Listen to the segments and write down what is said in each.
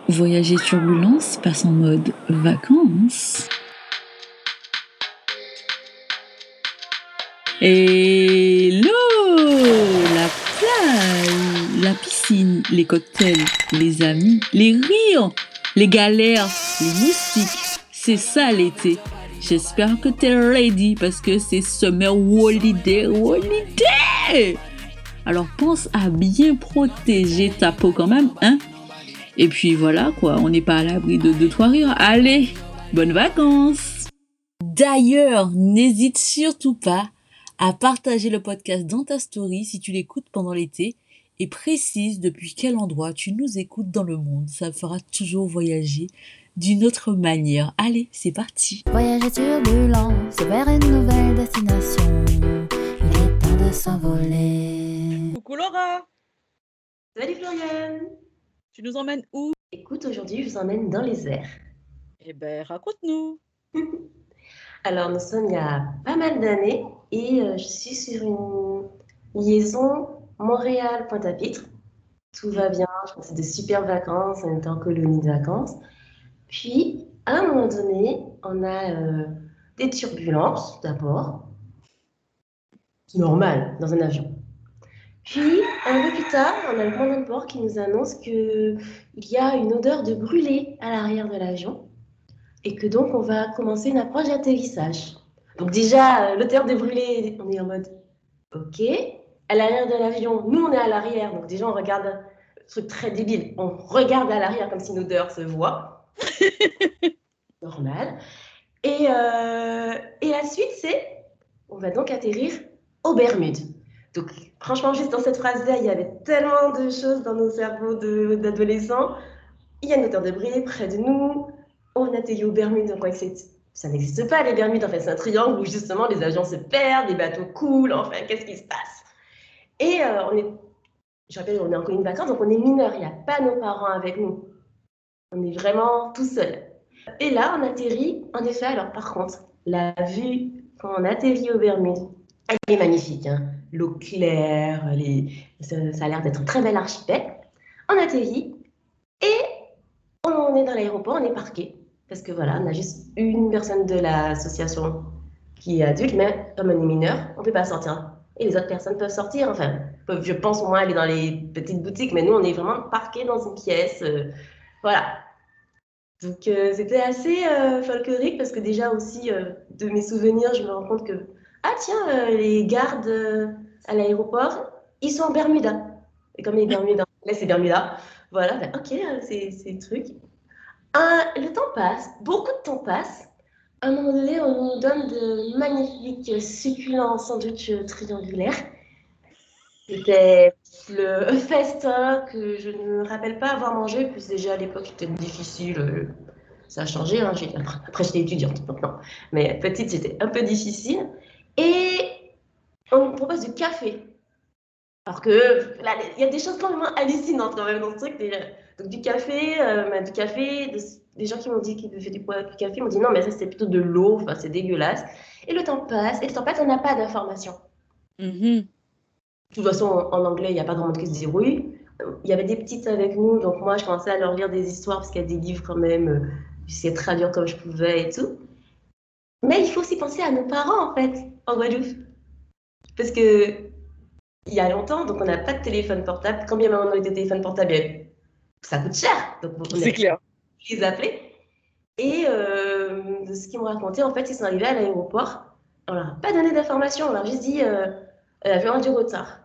Voyager Turbulence passe en mode vacances. Hello! La plage, la piscine, les cocktails, les amis, les rires, les galères, les moustiques. C'est ça l'été. J'espère que t'es ready parce que c'est Summer Holiday! Alors pense à bien protéger ta peau quand même, hein? Et puis voilà quoi, on n'est pas à l'abri de trois rires. Allez, bonnes vacances! D'ailleurs, n'hésite surtout pas à partager le podcast dans ta story si tu l'écoutes pendant l'été et précise depuis quel endroit tu nous écoutes dans le monde. Ça fera toujours voyager d'une autre manière. Allez, c'est parti! Voyager turbulence vers une nouvelle destination. Il est temps de s'envoler. Coucou Laura, Salut Floriane. tu nous emmènes où? Écoute, aujourd'hui, je vous emmène dans les airs. Eh ben, raconte-nous. Alors, nous sommes il y a pas mal d'années et je suis sur une liaison Montréal-Pointe-à-Pitre. Tout va bien, je pense que c'est de super vacances, on était en colonie de vacances. Puis, à un moment donné, on a des turbulences d'abord. C'est normal dans un avion. Puis, un peu plus tard, on a le commandant de bord qui nous annonce qu'il y a une odeur de brûlé à l'arrière de l'avion et que donc on va commencer une approche d'atterrissage. Donc déjà, l'odeur de brûlé, on est en mode OK. À l'arrière de l'avion, nous on est à l'arrière, donc déjà on regarde un truc très débile. On regarde à l'arrière comme si une odeur se voit. Normal. Et la suite, c'est on va donc atterrir aux Bermudes. Donc, franchement, juste dans cette phrase-là, il y avait tellement de choses dans nos cerveaux d'adolescents. Il y a une odeur de brûlé près de nous. On atterrit aux Bermudes, donc ça n'existe pas, les Bermudes. En fait, c'est un triangle où justement les avions se perdent, les bateaux coulent. Enfin, qu'est-ce qui se passe? Et je rappelle, on est en colonie de vacances, donc on est mineurs. Il n'y a pas nos parents avec nous. On est vraiment tout seul. Et là, on atterrit. En effet, alors par contre, la vue quand on atterrit aux Bermudes, elle est magnifique, hein. L'eau claire, ça a l'air d'être un très bel archipel. On atterrit et on est dans l'aéroport, on est parqué. Parce que voilà, on a juste une personne de l'association qui est adulte, mais comme on est mineur, on ne peut pas sortir. Et les autres personnes peuvent sortir, enfin, peuvent, je pense au moins aller dans les petites boutiques, mais nous, on est vraiment parqués dans une pièce. Voilà. Donc, c'était assez folklorique parce que déjà aussi, de mes souvenirs, je me rends compte que, ah tiens, les gardes à l'aéroport, ils sont en Bermuda. Et comme les Bermuda, là c'est Bermuda, voilà, ben, ok, c'est le truc. Le temps passe, beaucoup de temps passe. À un moment donné, on nous donne de magnifiques, succulents sandwichs triangulaires. C'était le festin que je ne me rappelle pas avoir mangé, puis déjà à l'époque c'était difficile. Ça a changé, hein, après j'étais étudiante, donc non. Mais petite, c'était un peu difficile. Et on nous propose du café. Alors que là, il y a des choses complètement hallucinantes quand même dans ce truc. Donc du café, des gens qui m'ont dit qu'ils buvaient du café m'ont dit non, mais ça c'est plutôt de l'eau, enfin c'est dégueulasse. Et le temps passe, on n'a pas d'informations. Mhm. De toute façon, en anglais, il n'y a pas de monde qui se débrouille. Il y avait des petites avec nous, donc moi je commençais à leur lire des histoires parce qu'il y a des livres quand même, j'essayais de traduire comme je pouvais et tout. Mais il faut aussi penser à nos parents en fait, en Guadeloupe. Parce que il y a longtemps, donc on n'a pas de téléphone portable. Quand bien même on a des téléphones portables, ça coûte cher. Donc on C'est clair. les appeler. Et de ce qu'ils m'ont raconté, en fait, ils sont arrivés à l'aéroport. On leur a pas donné d'informations, on leur a juste dit l'avion a du retard.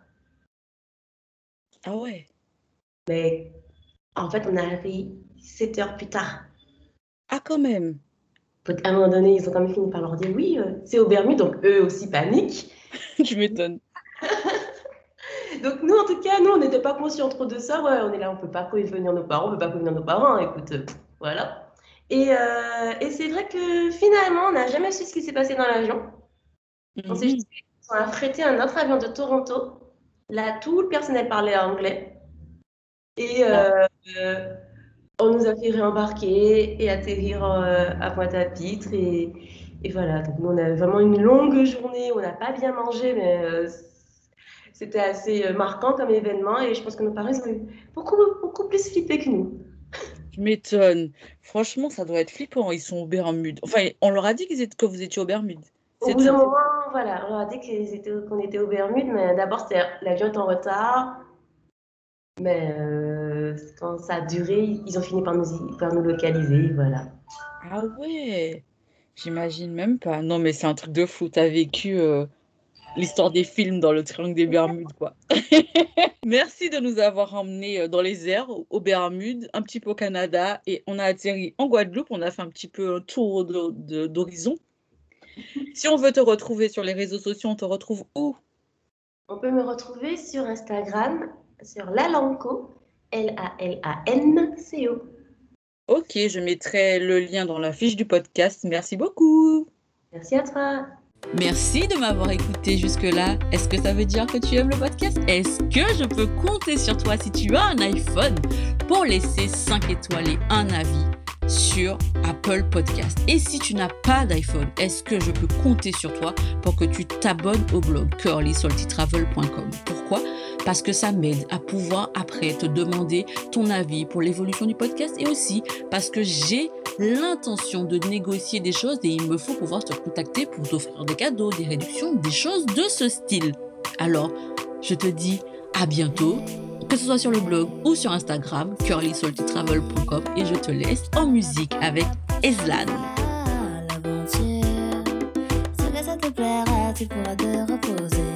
Ah ouais. Mais en fait, on a appris 7 heures plus tard. Ah quand même. À un moment donné, ils ont quand même fini par leur dire oui, c'est au Bermudes, donc eux aussi paniquent. Tu m'étonnes. Donc nous, en tout cas, nous, on n'était pas conscients trop de ça. Ouais, on est là, on peut pas prévenir nos parents, on peut pas prévenir nos parents. Écoute, voilà. Et c'est vrai que finalement, on n'a jamais su ce qui s'est passé dans l'avion. On s'est Mhm. juste dit qu'on a affrété un autre avion de Toronto. Là, tout le personnel parlait anglais. Et on nous a fait réembarquer et atterrir à Pointe-à-Pitre. Et voilà, donc nous, on a vraiment une longue journée. On n'a pas bien mangé, mais c'était assez marquant comme événement. Et je pense que nos parents ils ont eu beaucoup, beaucoup plus flippé que nous. Je m'étonne. Franchement, ça doit être flippant. Ils sont aux Bermudes. Enfin, on leur a dit que vous étiez aux Bermudes. Au C'est bout d'un tout. moment, voilà, on leur a dit qu'on était aux Bermudes, mais d'abord, l'avion était en retard. Mais quand ça a duré, ils ont fini par nous localiser, voilà. Ah ouais, j'imagine même pas. Non, mais c'est un truc de fou. T'as vécu l'histoire des films dans le triangle des Bermudes, quoi. Merci de nous avoir emmenés dans les airs, aux Bermudes, un petit peu au Canada, et on a atterri en Guadeloupe. On a fait un petit peu un tour d'horizon. Si on veut te retrouver sur les réseaux sociaux, on te retrouve où? On peut me retrouver sur Instagram, sur Lalanco, Lanco. Ok, je mettrai le lien dans la fiche du podcast. Merci beaucoup. Merci à toi. Merci de m'avoir écouté jusque-là. Est-ce que ça veut dire que tu aimes le podcast? Est-ce que je peux compter sur toi si tu as un iPhone pour laisser 5 étoiles et un avis sur Apple Podcast? Et si tu n'as pas d'iPhone, est-ce que je peux compter sur toi pour que tu t'abonnes au blog curlysaltytravel.com? Pourquoi? Parce que ça m'aide à pouvoir après te demander ton avis pour l'évolution du podcast, et aussi parce que j'ai l'intention de négocier des choses et il me faut pouvoir te contacter pour t'offrir des cadeaux, des réductions, des choses de ce style. Alors, je te dis à bientôt, que ce soit sur le blog ou sur Instagram, curlysaltytravel.com, et je te laisse en musique avec Eslan. L'aventure, ce que ça te plaira, tu pourras te reposer.